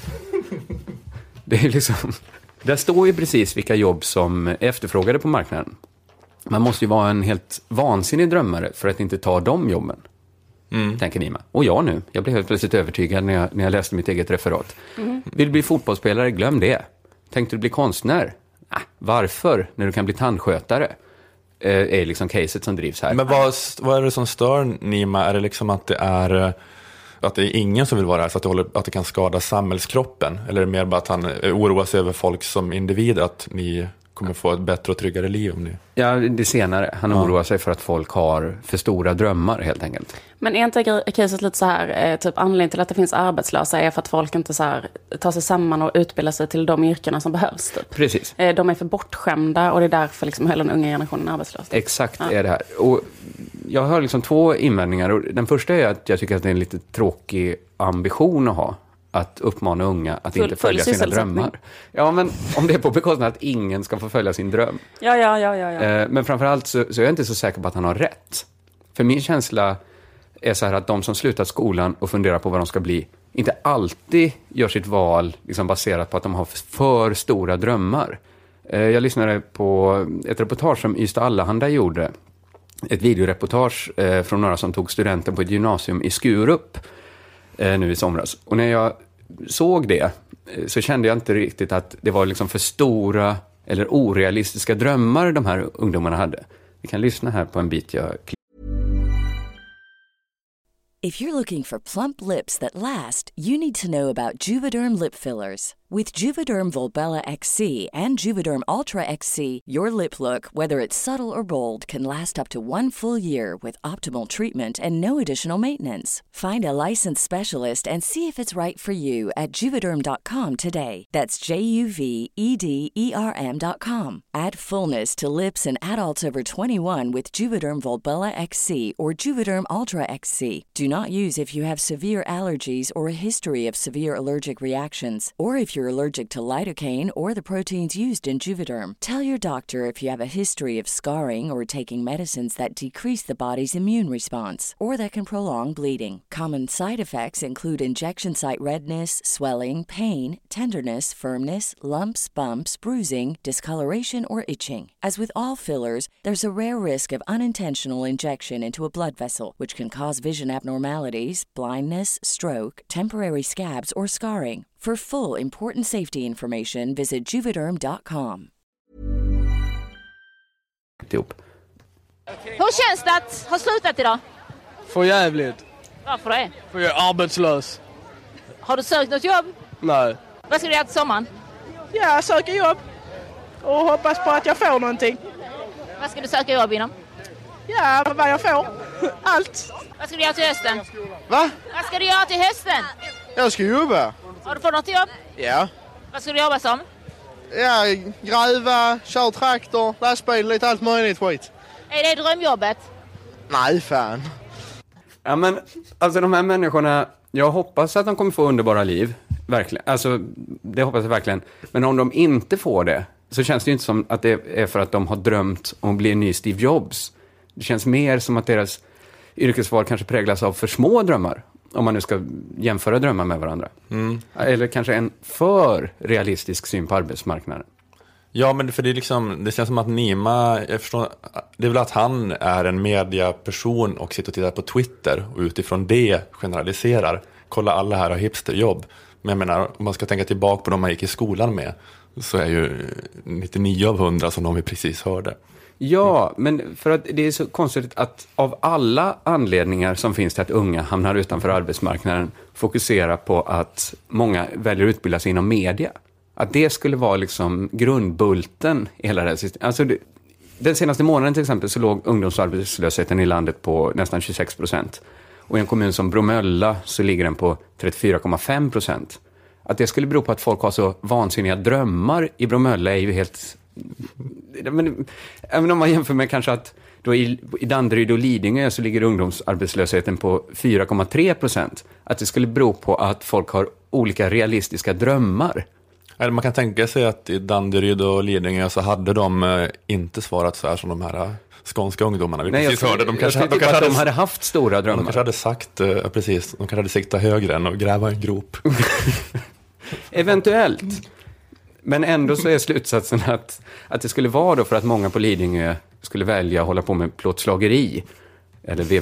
Det är liksom, där står ju precis vilka jobb som är efterfrågade på marknaden. Man måste ju vara en helt vansinnig drömmare för att inte ta de jobben. Mm. Tänker Nima. Och jag nu. Jag blev helt plötsligt övertygad när jag, när jag läste mitt eget referat. Mm. Vill du bli fotbollsspelare? Glöm det. Tänkte du bli konstnär? Ah, varför? När du kan bli tandskötare. Eh, är liksom caset som drivs här. Men vad, vad är det som stör Nima? Är det liksom att det är att det är ingen som vill vara här så att det, håller, att det kan skada samhällskroppen? Eller är det mer bara att han oroar sig över folk som individer, att ni kommer få ett bättre och tryggare liv om ni... Ja, det senare. Han ja. oroar sig för att folk har för stora drömmar helt enkelt. Men är inte caset lite så här, typ anledningen till att det finns arbetslösa är för att folk inte så här tar sig samman och utbildar sig till de yrkena som behövs typ. Precis. De är för bortskämda och det är därför liksom hela den unga generationen är arbetslös. Exakt ja. är det här. Och jag har liksom två invändningar. Och den första är att jag tycker att det är en lite tråkig ambition att ha. Att uppmana unga att full, inte följa sina drömmar. Ja, men om det är på bekostnad att ingen ska få följa sin dröm. Ja, ja, ja, ja, ja. Men framförallt så, så är jag inte så säker på att han har rätt. För min känsla är så här att de som slutat skolan och funderar på vad de ska bli inte alltid gör sitt val liksom baserat på att de har för stora drömmar. Jag lyssnade på ett reportage som Ystad Allehanda gjorde. Ett videoreportage från några som tog studenten på ett gymnasium i Skurup nu i somras. Och när jag såg det så kände jag inte riktigt att det var liksom för stora eller orealistiska drömmar de här ungdomarna hade. Vi kan lyssna här på en bit jag klippte. If you're looking for plump lips that last, you need to know about Juvederm lip fillers. With Juvederm Volbella X C and Juvederm Ultra X C, your lip look, whether it's subtle or bold, can last up to one full year with optimal treatment and no additional maintenance. Find a licensed specialist and see if it's right for you at juvederm dot com today. That's J U V E D E R M dot com. Add fullness to lips in adults over twenty-one with Juvederm Volbella X C or Juvederm Ultra X C. Do not use if you have severe allergies or a history of severe allergic reactions, or if you're allergic to lidocaine or the proteins used in Juvederm. Tell your doctor if you have a history of scarring or taking medicines that decrease the body's immune response or that can prolong bleeding. Common side effects include injection site redness, swelling, pain, tenderness, firmness, lumps, bumps, bruising, discoloration, or itching. As with all fillers, there's a rare risk of unintentional injection into a blood vessel, which can cause vision abnormalities, blindness, stroke, temporary scabs, or scarring. For full important safety information, visit juvederm dot com. Hur känns det att ha slutat idag? För jävligt. Varför det? För jag är arbetslös. Har du sökt något jobb? Nej. Vad ska du göra till sommaren? Ja, jag söker jobb. Och hoppas på att jag får någonting. Vad ska du söka jobb inom? Ja, vad jag får. Allt. Vad ska du göra till hösten? Va? Vad ska du göra till hösten? Jag ska jobba. Har du fått något jobb? Ja. Vad ska du jobba som? Ja, gräva, kör traktor, lastbil, lite allt möjligt skit. Är det drömjobbet? Nej, fan. Ja, men alltså de här människorna, jag hoppas att de kommer få underbara liv. Verkligen. Alltså, det hoppas jag verkligen. Men om de inte får det, så känns det ju inte som att det är för att de har drömt om att bli en ny Steve Jobs. Det känns mer som att deras yrkesval kanske präglas av för små drömmar. Om man nu ska jämföra drömmar med varandra. Mm. Eller kanske en för realistisk syn på arbetsmarknaden. Ja, men för det är liksom, det känns som att Nima, jag förstår, det är väl att han är en mediaperson och sitter och tittar på Twitter och utifrån det generaliserar. Kolla, alla här har hipsterjobb. Men jag menar, om man ska tänka tillbaka på de man gick i skolan med, så är ju nittionio av hundra som de vi precis hörde. Ja, men för att det är så konstigt att av alla anledningar som finns till att unga hamnar utanför arbetsmarknaden fokusera på att många väljer att utbilda sig inom media. Att det skulle vara liksom grundbulten i hela det här systemet. Alltså det, den senaste månaden till exempel så låg ungdomsarbetslösheten i landet på nästan tjugosex procent. Och i en kommun som Bromölla så ligger den på trettiofyra komma fem procent. Att det skulle bero på att folk har så vansinniga drömmar i Bromölla är ju helt... Men, även om man jämför med kanske att då i, i Danderyd och Lidingö så ligger ungdomsarbetslösheten på fyra komma tre procent. Att det skulle bero på att folk har olika realistiska drömmar. Eller man kan tänka sig att i Danderyd och Lidingö så hade de eh, inte svarat så här som de här skånska ungdomarna. Vi Nej, precis jag, hörde. De jag kanske, tänkte de kanske att hade, de hade haft stora drömmar. De kanske hade sagt, eh, precis, de kanske hade siktat högre än att gräva en grop. Eventuellt. Men ändå så är slutsatsen att, att det skulle vara då för att många på Lidingö skulle välja att hålla på med plåtslageri eller V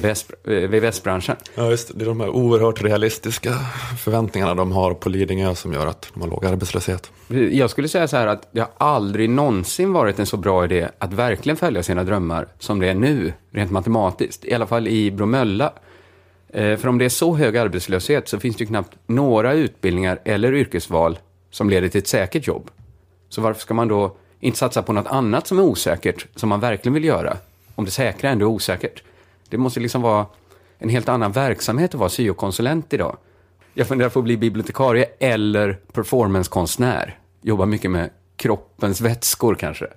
V S-branschen. Ja, just det. Det är de här oerhört realistiska förväntningarna de har på Lidingö som gör att de har låg arbetslöshet. Jag skulle säga så här att det har aldrig någonsin varit en så bra idé att verkligen följa sina drömmar som det är nu, rent matematiskt. I alla fall i Bromölla. För om det är så hög arbetslöshet så finns det ju knappt några utbildningar eller yrkesval som leder till ett säkert jobb. Så varför ska man då inte satsa på något annat som är osäkert, som man verkligen vill göra, om det säkra ändå är osäkert? Det måste liksom vara en helt annan verksamhet att vara syokonsulent idag. Jag funderar på att bli bibliotekarie eller performancekonstnär. Jobbar mycket med kroppens vätskor kanske.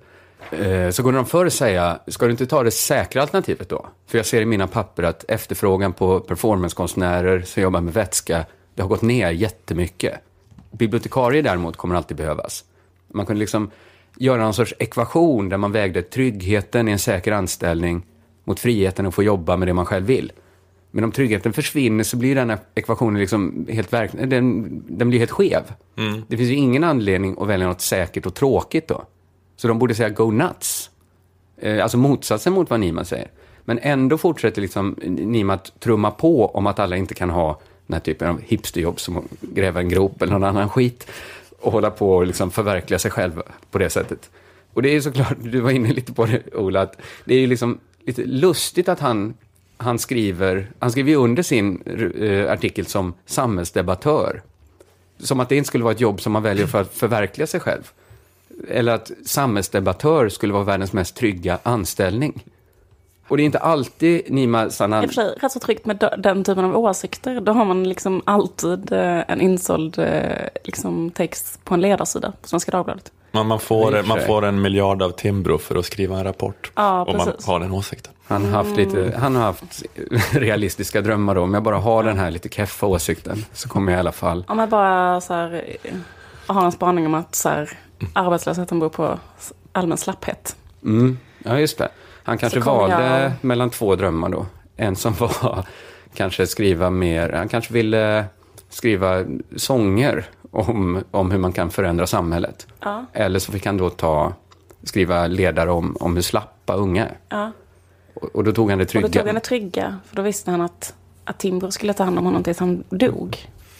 Så kunde de förr säga, ska du inte ta det säkra alternativet då? För jag ser i mina papper att efterfrågan på performancekonstnärer som jobbar med vätska, det har gått ner jättemycket. Bibliotekarie däremot kommer alltid behövas. Man kunde liksom göra en sorts ekvation där man vägde tryggheten i en säker anställning mot friheten att få jobba med det man själv vill. Men om tryggheten försvinner så blir den här ekvationen liksom helt verklig. Den, den blir helt skev. Mm. Det finns ju ingen anledning att välja något säkert och tråkigt då. Så de borde säga go nuts. Eh, alltså motsatsen mot vad Niman säger. Men ändå fortsätter liksom Niman att trumma på om att alla inte kan ha den här typen av hipsterjobb som att gräva en grop eller någon annan skit. Och hålla på och liksom förverkliga sig själv på det sättet. Och det är ju såklart, du var inne lite på det Ola, att det är ju liksom lite lustigt att han, han skriver, han skriver ju under sin uh, artikel som samhällsdebattör. Som att det inte skulle vara ett jobb som man väljer för att förverkliga sig själv. Eller att samhällsdebattör skulle vara världens mest trygga anställning. Och det är inte alltid Nima Sanan... I och för sig rätt så tryggt med den typen av åsikter. Då har man liksom alltid en insåld liksom, text på en ledarsida på Svenska Dagbladet. Man, man, får, man får en miljard av Timbro för att skriva en rapport. Ja, om precis. man har den åsikten. Han har haft, lite, han har haft realistiska drömmar då. Om jag bara har den här lite keffa åsikten så kommer jag i alla fall... Om jag bara så här, har en spaning om att så här, arbetslösheten beror på allmän slapphet. Mm. Ja, just det. Han kanske valde jag... mellan två drömmar då. En som var kanske skriva mer... Han kanske ville skriva sånger om, om hur man kan förändra samhället. Ja. Eller så fick han då ta, skriva ledare om, om hur slappa unga är. Ja. Och, och då tog han det trygga. Och då tog han det trygga. För då visste han att, att Timbro skulle ta hand om honom tills han dog.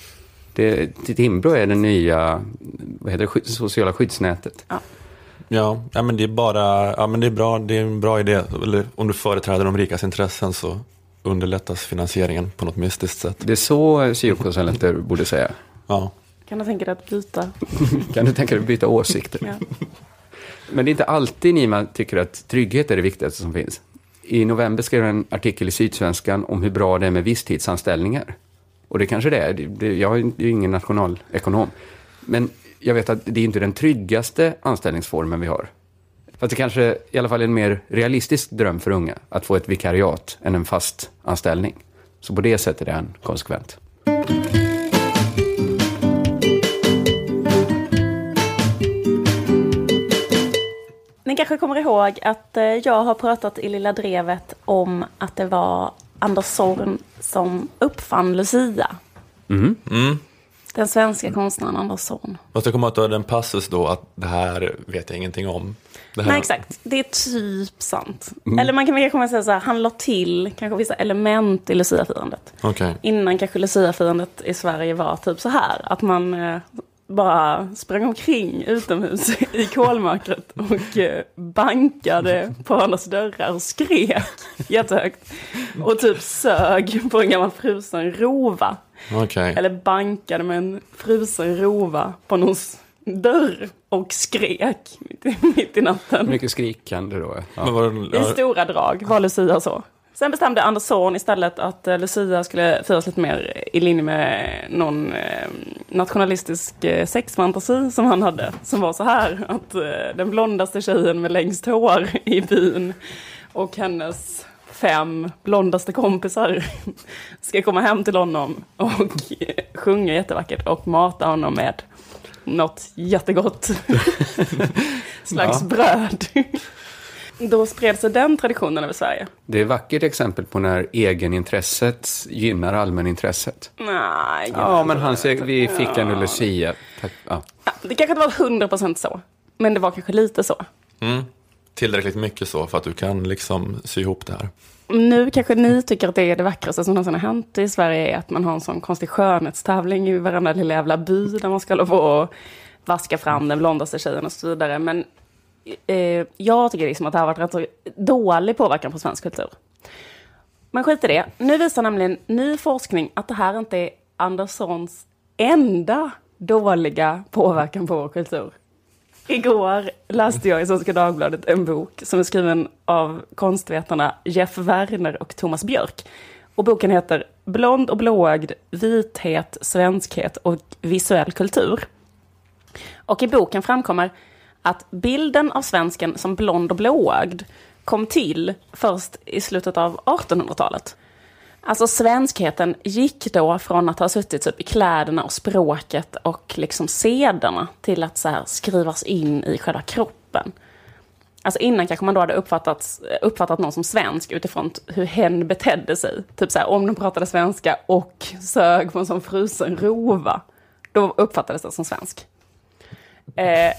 Det, Timbro är det nya vad heter det, sociala skyddsnätet. Ja. Ja, ja, men det är bara, ja, men det är bra, det är en bra idé. Eller om du företräder de rikas intressen så underlättas finansieringen på något mystiskt sätt. Det är så syokonsulenter borde säga. Ja. Kan du tänka dig att byta? Kan du tänka dig att byta åsikter? Ja. Men det är inte alltid ni man tycker att trygghet är det viktigaste som finns. I november skrev jag en artikel i Sydsvenskan om hur bra det är med visstidsanställningar. Och det kanske det är. Det, det, jag är ju ingen nationalekonom. Men jag vet att det är inte den tryggaste anställningsformen vi har. För att det kanske i alla fall är en mer realistisk dröm för unga att få ett vikariat än en fast anställning. Så på det sättet är den konsekvent. Ni kanske kommer ihåg att jag har pratat i Lilla Drevet om att det var Anders Zorn som uppfann Lucia. Mm. Mm. Den svenska konstnären Anders Zorn. Och så kommer att den passus då att det här vet jag ingenting om. Det här... Nej, exakt. Det är typ sant. Mm. Eller man kan väl komma säga så här, han la till kanske vissa element i Lucia-firandet. Okay. Innan kanske Lucia-firandet i Sverige var typ så här. Att man eh, bara sprang omkring utomhus i kolmörkret och eh, bankade på varandras dörrar och skrek jättehögt. Och typ sög på en gammal frusen rova. Okay. Eller bankade med en frusen rova på någons dörr och skrek mitt i, mitt i natten. Mycket skrikande då. Ja. Men var, I stora drag var Lucia så. Sen bestämde Anders Zorn istället att Lucia skulle firas lite mer i linje med någon eh, nationalistisk eh, sexfantasi som han hade. Som var så här, att eh, den blondaste tjejen med längst hår i byn och hennes fem blondaste kompisar ska komma hem till honom och sjunga jättevackert och mata honom med något jättegott slags ja. bröd. Då spred sig den traditionen över Sverige. Det är ett vackert exempel på när egenintresset gynnar allmänintresset. Nej. Ja, men han säger, vi fick en Lucia. Tack. Ja. Ja, det kanske inte var hundra procent så, men det var kanske lite så. Mm. Tillräckligt mycket så för att du kan liksom sy ihop det här. Nu kanske ni tycker att det är det vackraste som någonsin har hänt i Sverige är att man har en sån konstig skönhetstävling i varandra lilla jävla by där man ska få och vaska fram den blondaste tjejen och så vidare. Men eh, jag tycker liksom att det har varit rätt så dålig påverkan på svensk kultur. Men skit i det. Nu visar nämligen ny forskning att det här inte är Anders Zorns enda dåliga påverkan på vår kultur. Igår läste jag i Svenska Dagbladet en bok som är skriven av konstvetarna Jeff Werner och Thomas Björk. Och boken heter Blond och blåögd, vithet, svenskhet och visuell kultur. Och i boken framkommer att bilden av svensken som blond och blåögd kom till först i slutet av artonhundratalet. Alltså svenskheten gick då från att ha suttit typ i kläderna och språket och liksom sederna till att så här skrivas in i själva kroppen. Alltså innan kanske man då hade uppfattat, uppfattat någon som svensk utifrån hur hen betedde sig. Typ så här, om de pratade svenska och sög på en sån frusen rova, då uppfattades det som svensk. Eh,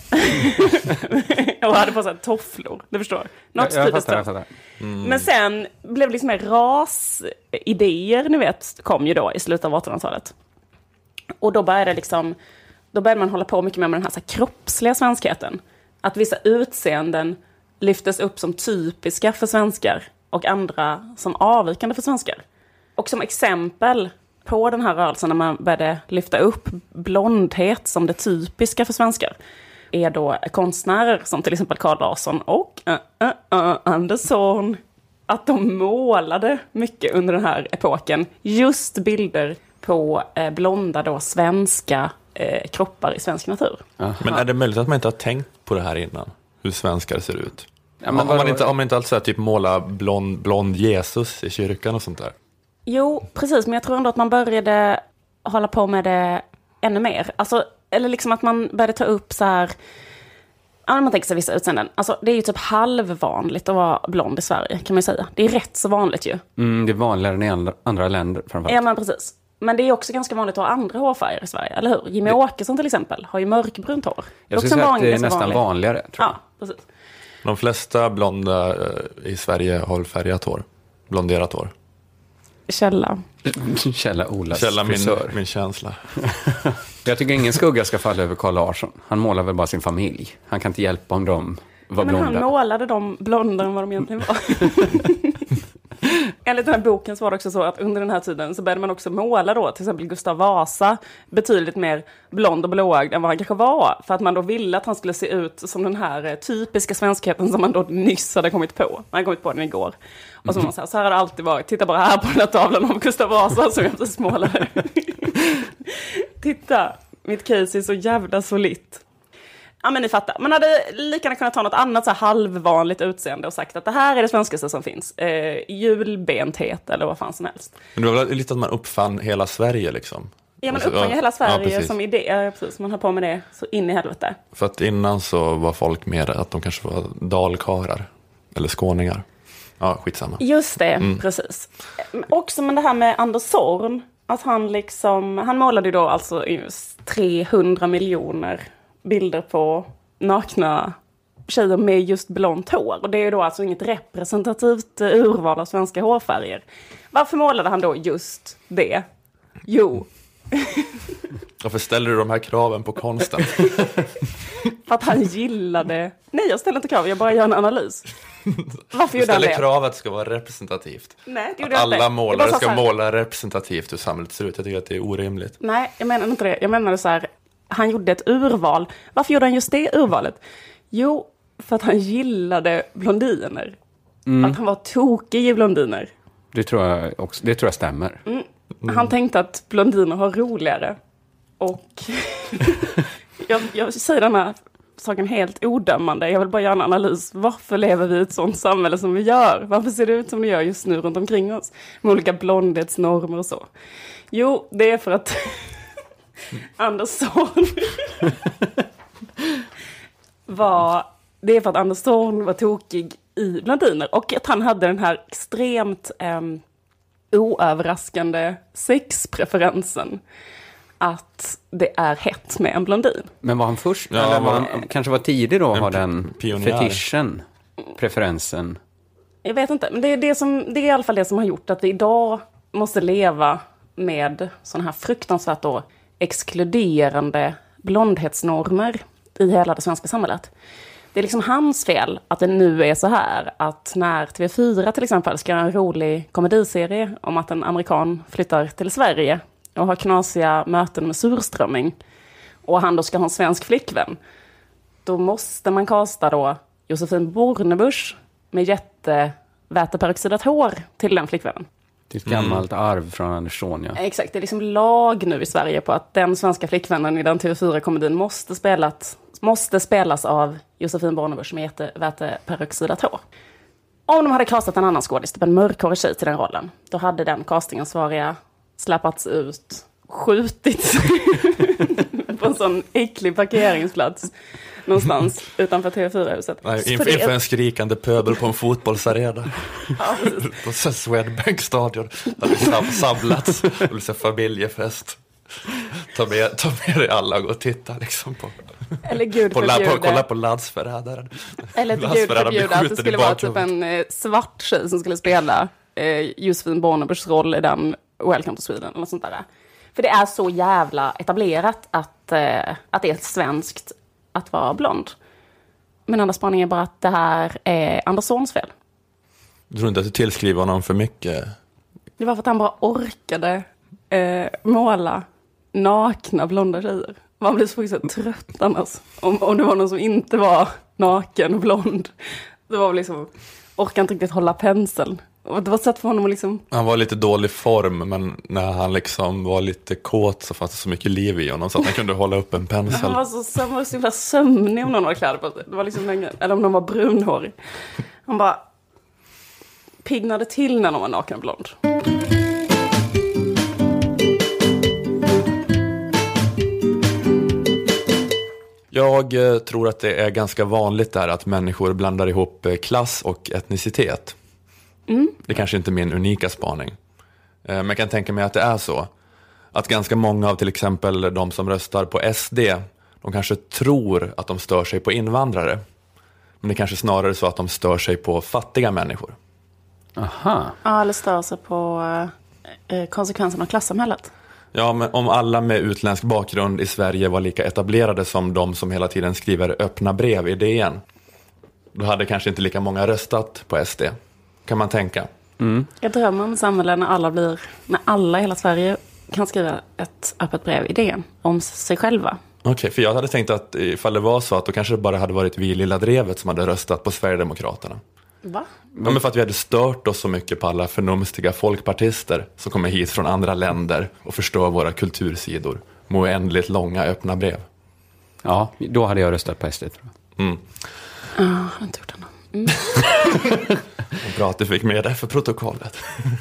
och hade på sig tofflor, du förstår. Något jag, jag fattar, jag fattar. Mm. Men sen blev det liksom mer rasidéer, ni vet, kom ju då i slutet av artonhundratalet. Och då började liksom, då började man hålla på mycket mer med den här, så här kroppsliga svenskheten. Att vissa utseenden lyftes upp som typiska för svenskar och andra som avvikande för svenskar. Och som exempel på den här rörelsen när man började lyfta upp blondhet som det typiska för svenskar är då konstnärer som till exempel Carl Larsson och uh, uh, uh, Anders Zorn. Att de målade mycket under den här epoken just bilder på eh, blonda då svenska eh, kroppar i svensk natur. Aha. Men är det möjligt att man inte har tänkt på det här innan? Hur svenskar ser ut? Ja, men om, man inte, om man inte alls är typ måla blond, blond Jesus i kyrkan och sånt där. Jo, precis. Men jag tror ändå att man började hålla på med det ännu mer. Alltså, eller liksom att man började ta upp så här... Ja, man tänker sig vissa utseenden. Alltså, det är ju typ halvvanligt att vara blond i Sverige, kan man ju säga. Det är rätt så vanligt ju. Mm, det är vanligare än i andra, andra länder, framförallt. Ja, men precis. Men det är också ganska vanligt att ha andra hårfärger i Sverige, eller hur? Jimmy det... Åkesson till exempel har ju mörkbrunt hår. Jag skulle säga att det är nästan vanligt. vanligare, tror jag. Ja, precis. De flesta blonda i Sverige har färgat hår. Blonderat hår. Källa. Källa Olas Källa min, frisör. min känsla. Jag tycker ingen skugga ska falla över Carl Larsson. Han målar väl bara sin familj. Han kan inte hjälpa om de var blonda. Men han målade dem blondare än vad de egentligen var. Enligt den här boken så var det också så att under den här tiden så började man också måla då till exempel Gustav Vasa betydligt mer blond och blåögd än vad han kanske var. För att man då ville att han skulle se ut som den här typiska svenskheten som man då nyss hade kommit på. Man hade kommit på den igår. Och så var man så här, så här har det alltid varit. Titta bara här på den här tavlan av Gustav Vasa som jag precis målade. Titta, mitt case är så jävla solitt. Ja, men ni fattar. Man hade lika gärna kunnat ta något annat så här halvvanligt utseende och sagt att det här är det svenskaste som finns. Eh, julbenthet eller vad fan som helst. Men det var väl lite att man uppfann hela Sverige liksom? Ja, man alltså, uppfann ja, hela Sverige ja, som idé. Ja, precis. Man höll på med det så in i helvete. För att innan så var folk mer att de kanske var dalkarar eller skåningar. Ja, skitsamma. Just det, mm. precis. Också men det här med Anders Zorn Att han liksom, han målade ju då alltså trehundra miljoner bilder på nakna tjejer med just blont hår. Och det är ju då alltså inget representativt urval av svenska hårfärger. Varför målade han då just det? Jo. Varför ställer du de här kraven på konsten? För att han gillade... Nej, jag ställer inte krav, jag bara gör en analys. Varför gjorde han det? Du ställer krav att det ska vara representativt. Nej, det gjorde att jag inte. alla målare ska här... måla representativt hur samhället ser ut. Jag tycker att det är orimligt. Nej, jag menar inte det. Jag menar så här, han gjorde ett urval. Varför gjorde han just det urvalet? Jo, för att han gillade blondiner. Mm. Att han var tokig i blondiner. Det tror jag, också, det tror jag stämmer. Mm. Mm. Han tänkte att blondiner har roligare. Och jag, jag säger den här saken helt odömande. Jag vill bara göra en analys. Varför lever vi i ett sånt samhälle som vi gör? Varför ser det ut som det gör just nu runt omkring oss? Med olika blondhetsnormer och så. Jo, det är för att Andersson var... Det är för att Andersson var tokig i blondiner. Och att han hade den här extremt eh, oöverraskande sexpreferensen. Att det är hett med en blondin. Men var han först? Ja, eller var han, kanske var tidig då att ha den pionjär. Fetischen, preferensen? Jag vet inte. Men det är, det, som, det är i alla fall det som har gjort att vi idag måste leva med sådana här fruktansvärt då exkluderande blondhetsnormer i hela det svenska samhället. Det är liksom hans fel att det nu är så här att när T V fyra till exempel ska göra en rolig komediserie om att en amerikan flyttar till Sverige och har knasiga möten med surströmming och han då ska ha en svensk flickvän, då måste man kasta då Josefin Bornebusch med jätteväteperoxidat hår till den flickvännen. Det är ett gammalt mm. arv från Andersson, ja. Exakt, det är liksom lag nu i Sverige på att den svenska flickvännen i den T V fyra-komedin måste spelas, måste spelas av Josefin Bornebusch med jätteväteperoxidat hår. Om de hade kastat en annan skådis, typ en mörkhårig tjej till den rollen, då hade den castingansvariga släppats ut, skjutits på en sån äcklig parkeringsplats någonstans utanför T V fyra-huset. Nej, inför, inför en skrikande pöbel på en fotbollsarena. Ja, på Swedbank stadion hade sab- sablats och liksom familjefest. Ta med, ta med dig alla och gå och titta liksom på, eller gud på, förbjude. på, kolla på landsförrädaren. Eller gud förbjude att det skulle vara typ en eh, svart tjej som skulle spela eh, Josefin Bornebuschs roll i den Welcome to Sweden eller sånt där. För det är så jävla etablerat att, eh, att det är svenskt att vara blond. Men andra spaningen är bara att det här är Anderssons fel. Du tror inte att du tillskriver honom för mycket? Det var för att han bara orkade eh, måla nakna blonda tjejer. Man blev så trött annars. Om, om det var någon som inte var naken och blond. Det var liksom, orkade inte riktigt hålla penseln. Och det var sätt för honom att liksom... Han var lite dålig form, men när han liksom var lite kåt så fanns det så mycket liv i honom så att han kunde hålla upp en pensel. Han var så, så, så himla sömnig om någon hade kläder på sig. Det var liksom länge, eller om de var brunhårig. Han bara piggnade till när de var naken och blond. Jag eh, tror att det är ganska vanligt där att människor blandar ihop eh, klass och etnicitet. Mm. Det är kanske inte min unika spaning. Eh, men jag kan tänka mig att det är så. Att ganska många av till exempel de som röstar på S D, de kanske tror att de stör sig på invandrare. Men det är kanske snarare så att de stör sig på fattiga människor. Aha. Ja, eller stör sig på eh, konsekvenserna av klassamhället. Ja, men om alla med utländsk bakgrund i Sverige var lika etablerade som de som hela tiden skriver öppna brev i D N, då hade kanske inte lika många röstat på S D. Kan man tänka. Mm. Jag drömmer om samhällen när alla blir, när alla i hela Sverige kan skriva ett öppet brev i D N om sig själva. Okej, okay, för jag hade tänkt att ifall det var så att då kanske det bara hade varit vi i Lilla Drevet som hade röstat på Sverigedemokraterna. Va? Ja, men för att vi hade stört oss så mycket på alla förnumstiga folkpartister som kommer hit från andra länder och förstör våra kultursidor med oändligt långa öppna brev. Ja, då hade jag röstat på S D, tror jag. Mm. Ja, jag har inte gjort det. Mm. Bra att du fick med det för protokollet.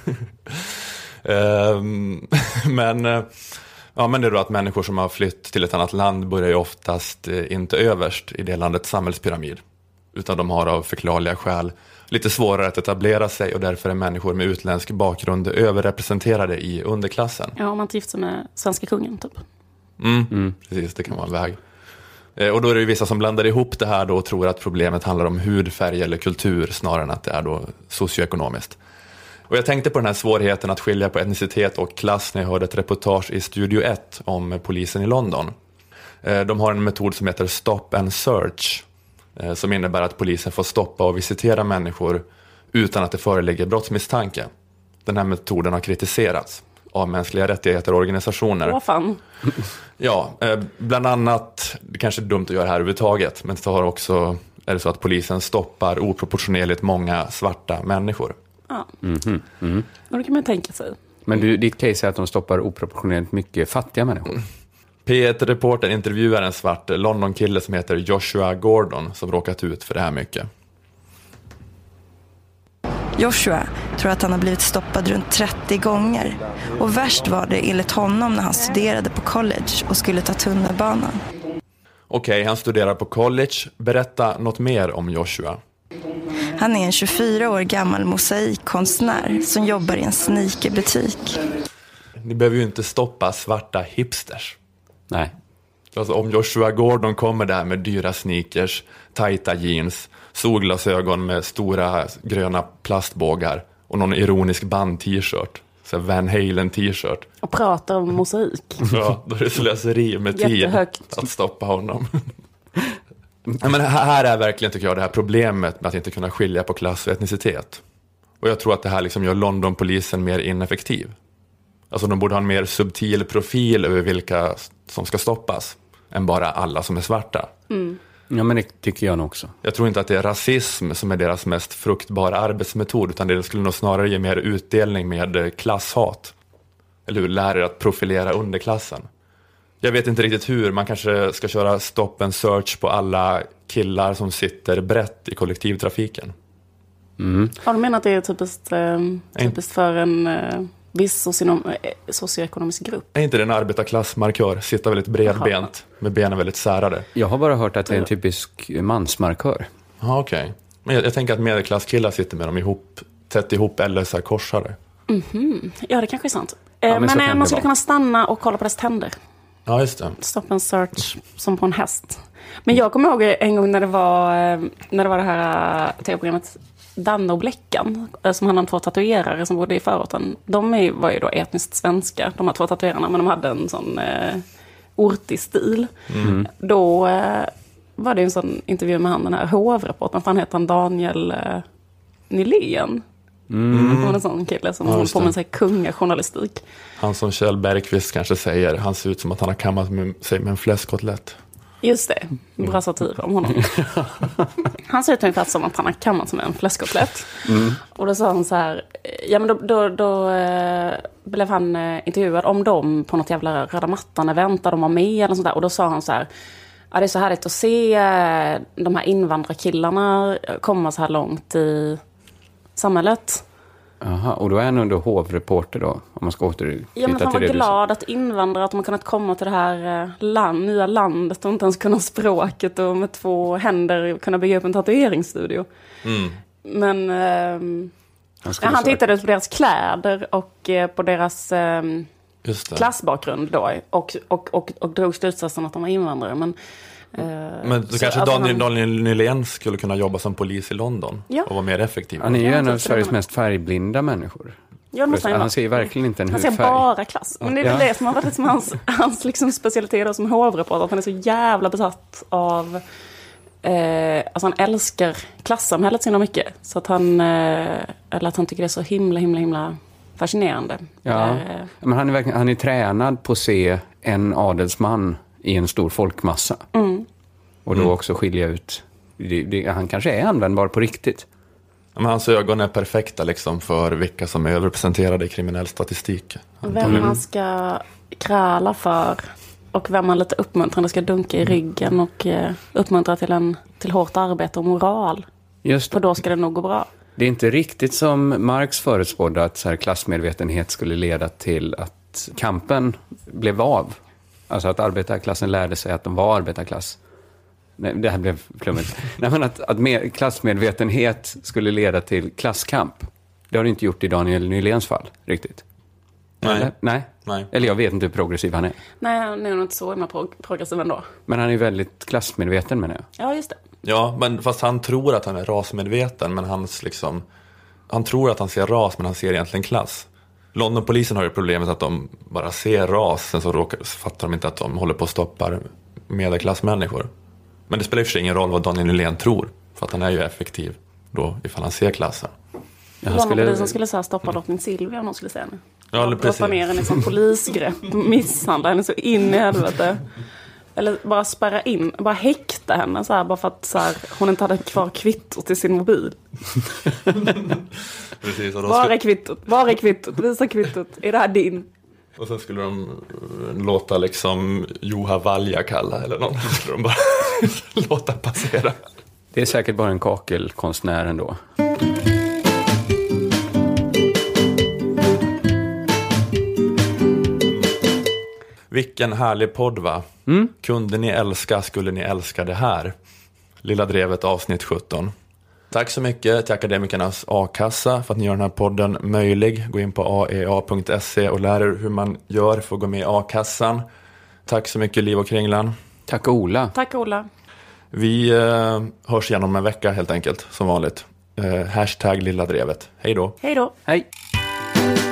um, men, ja, men det är då att människor som har flytt till ett annat land börjar ju oftast inte överst i det landets samhällspyramid. utan de har av förklarliga skäl lite svårare att etablera sig och därför är människor med utländsk bakgrund överrepresenterade i underklassen. Ja, om man inte gift sig med svenska kungen typ. Mm, mm. Precis, det kan vara en väg. Eh, och då är det ju vissa som blandar ihop det här då och tror att problemet handlar om hudfärg eller kultur snarare än att det är då socioekonomiskt. Och jag tänkte på den här svårigheten att skilja på etnicitet och klass när jag hörde ett reportage i Studio ett om polisen i London. Eh, de har en metod som heter Stop and Search eh, som innebär att polisen får stoppa och visitera människor utan att det föreligger brottsmisstanke. Den här metoden har kritiserats av mänskliga rättigheter och organisationer. Vad fan? Ja, eh, bland annat, det kanske är dumt att göra det här överhuvudtaget, men så har också, är det så att polisen stoppar oproportionerligt många svarta människor. Ja, Mm-hmm. Mm. och det kan man tänka sig. Men du, ditt case är att de stoppar oproportionerligt mycket fattiga människor. P ett-reportern intervjuar en svart London-kille som heter Joshua Gordon som råkat ut för det här mycket. Joshua tror att han har blivit stoppad runt trettio gånger. Och värst var det enligt honom när han studerade på college och skulle ta tunnelbanan. Okej, han studerar på college. Berätta något mer om Joshua. Han är en tjugofyra år gammal mosaikkonstnär som jobbar i en sneakerbutik. Ni behöver ju inte stoppa svarta hipsters. Nej. Alltså, om Joshua Gordon kommer där med dyra sneakers, tajta jeans, solglasögon med stora gröna plastbågar och någon ironisk band-t-shirt, så Van Halen t-shirt. Och pratar om mosaik. Ja, då är det slöseri med tid Jättehögt. att stoppa honom. Ja, men här är verkligen, tycker jag, det här problemet med att inte kunna skilja på klass och etnicitet. Och jag tror att det här liksom gör Londonpolisen mer ineffektiv. Alltså de borde ha en mer subtil profil över vilka som ska stoppas än bara alla som är svarta. Mm. Ja, men det tycker jag nog också. Jag tror inte att det är rasism som är deras mest fruktbara arbetsmetod, utan det skulle nog snarare ge mer utdelning med klasshat. Eller hur, lär er att profilera underklassen. Jag vet inte riktigt hur, man kanske ska köra stop and search på alla killar som sitter brett i kollektivtrafiken. Mm. Ja, du menar att det är typiskt, eh, typiskt för en eh, viss socionom- eh, socioekonomisk grupp? Är inte det en arbetarklassmarkör? Sitta väldigt bredbent med benen väldigt särade. Jag har bara hört att det är en typisk mansmarkör. Ja, okej. Okay. Men jag, jag tänker att medelklasskillar sitter med dem ihop, tätt ihop eller så här korsare. Mm-hmm. Ja, det kanske är sant. Eh, Ja, men men så eh, kan man det skulle vara. kunna stanna och kolla på dess tänder. Ja, just det. Stop and search som på en häst. Men jag kommer ihåg en gång när det var, eh, när det, var det här eh, tv-programmet Danne och Bläckan, eh, som handlade om två tatuerare som bodde i förorten. De är, var ju då etniskt svenska, de här två tatuerarna, men de hade en sån eh, ortig stil. Mm. Då eh, var det en sån intervju med han, den här hovreportern, för han heter han Daniel eh, Nylén. Mm. Han var en sån kille som Ja, håller just på med det. så här kungajournalistik. Han som Kjell Bergqvist kanske säger, han ser ut som att han har kammat med, sig med en fläskkotlett. Just det, bra satir om honom. Han ser ut ungefär som att han har kammat med en fläskkotlett. Mm. Och då sa han så här, ja men då, då, då eh, blev han eh, intervjuad om dem på något jävla röda mattan-event där de var med eller sånt där. Och då sa han så här, ja det är så härligt att se eh, de här invandrarkillarna komma så här långt i samhället. Aha, och då är han ändå hovreporter då, om man ska återknyta Ja, men till han var det du sa. glad att invandrare, att de har kunnat komma till det här eh, land, nya landet och inte ens kunna språket och med två händer kunna bygga upp en tatueringsstudio. Mm. Men ehm, Han ja, skulle han sagt- tittade på deras kläder och eh, på deras ehm, Just det. klassbakgrund då och, och, och, och drog slutsatsen att de var invandrare. Men, eh, Men då så kanske att Daniel, han- Daniel Nylén skulle kunna jobba som polis i London Ja. och vara mer effektiv. Han är ju Ja, en av typ Sveriges det. mest färgblinda människor. Ja, det måste han ju Han vara. ser ju verkligen inte en Han ser hudfärg. bara klass. Men det är väl Ja. det som har varit liksom hans, hans liksom specialitet då, som hovreporter. Att han är så jävla besatt av... Eh, alltså han älskar klassamhället så himla mycket. Så att han... Eh, eller att han tycker det är så himla, himla, himla fascinerande. Ja. Eh, Men han är, verkligen, han är tränad på att se en adelsman i en stor folkmassa. mm. Och då också skilja ut... Det, det, han kanske är användbar på riktigt. Men hans ögon är perfekta liksom för vilka som är överrepresenterade i kriminell statistik. Vem man ska kräla för. Och vem man lite uppmuntrande ska dunka i ryggen. Och eh, uppmuntra till, en, till hårt arbete och moral. Just För det. då ska det nog gå bra. Det är inte riktigt som Marx förutspådde att så här klassmedvetenhet skulle leda till att kampen blev av. Alltså att arbetarklassen lärde sig att de var arbetarklass. Nej, det här blev flummigt. Nej, men att, att med, klassmedvetenhet skulle leda till klasskamp. Det har det inte gjort i Daniel Nyléns fall, riktigt. Nej. Eller? Nej. Nej. Eller jag vet inte hur progressiv han är. Nej, han är nog inte så himla prog- progressiv ändå. Men han är väldigt klassmedveten, menar jag. Ja, just det. Ja, men fast han tror att han är rasmedveten, men hans liksom, han tror att han ser ras, men han ser egentligen klass. Londonpolisen har ju problemet att de bara ser ras, sen så, råkar, så fattar de inte att de håller på att stoppa medelklassmänniskor. Men det spelar ju för sig ingen roll vad Daniel Nylén tror, för att han är ju effektiv då ifall han ser klassen. Ja, Londonpolisen skulle, skulle så här stoppa drottning Silvia om hon skulle säga nu. Ja, droppa ner henne som polisgrepp, misshandla henne så in i helvete. Eller bara spärra in, bara häkta henne så här, bara för att så här, hon inte hade kvar kvittot till sin mobil. Precis, och var ska... är kvittot? Var är kvittot? Visa kvittot. Är det här din? Och sen skulle de låta liksom Juha Valja kalla eller någon. Skulle de bara låta passera. Det är säkert bara en kakelkonstnär ändå. Vilken härlig podd, va? Mm. Kunde ni älska, skulle ni älska det här? Lilla Drevet avsnitt sjutton. Tack så mycket till Akademikernas A-kassa för att ni gör den här podden möjlig. Gå in på a e a punkt se och lär er hur man gör för att gå med i A-kassan. Tack så mycket, Liv och Kringlan. Tack Ola. Tack Ola. Vi eh, hörs igen om en vecka helt enkelt, som vanligt. Eh, hashtag Lilla Drevet. Hej då. Hej då. Hej.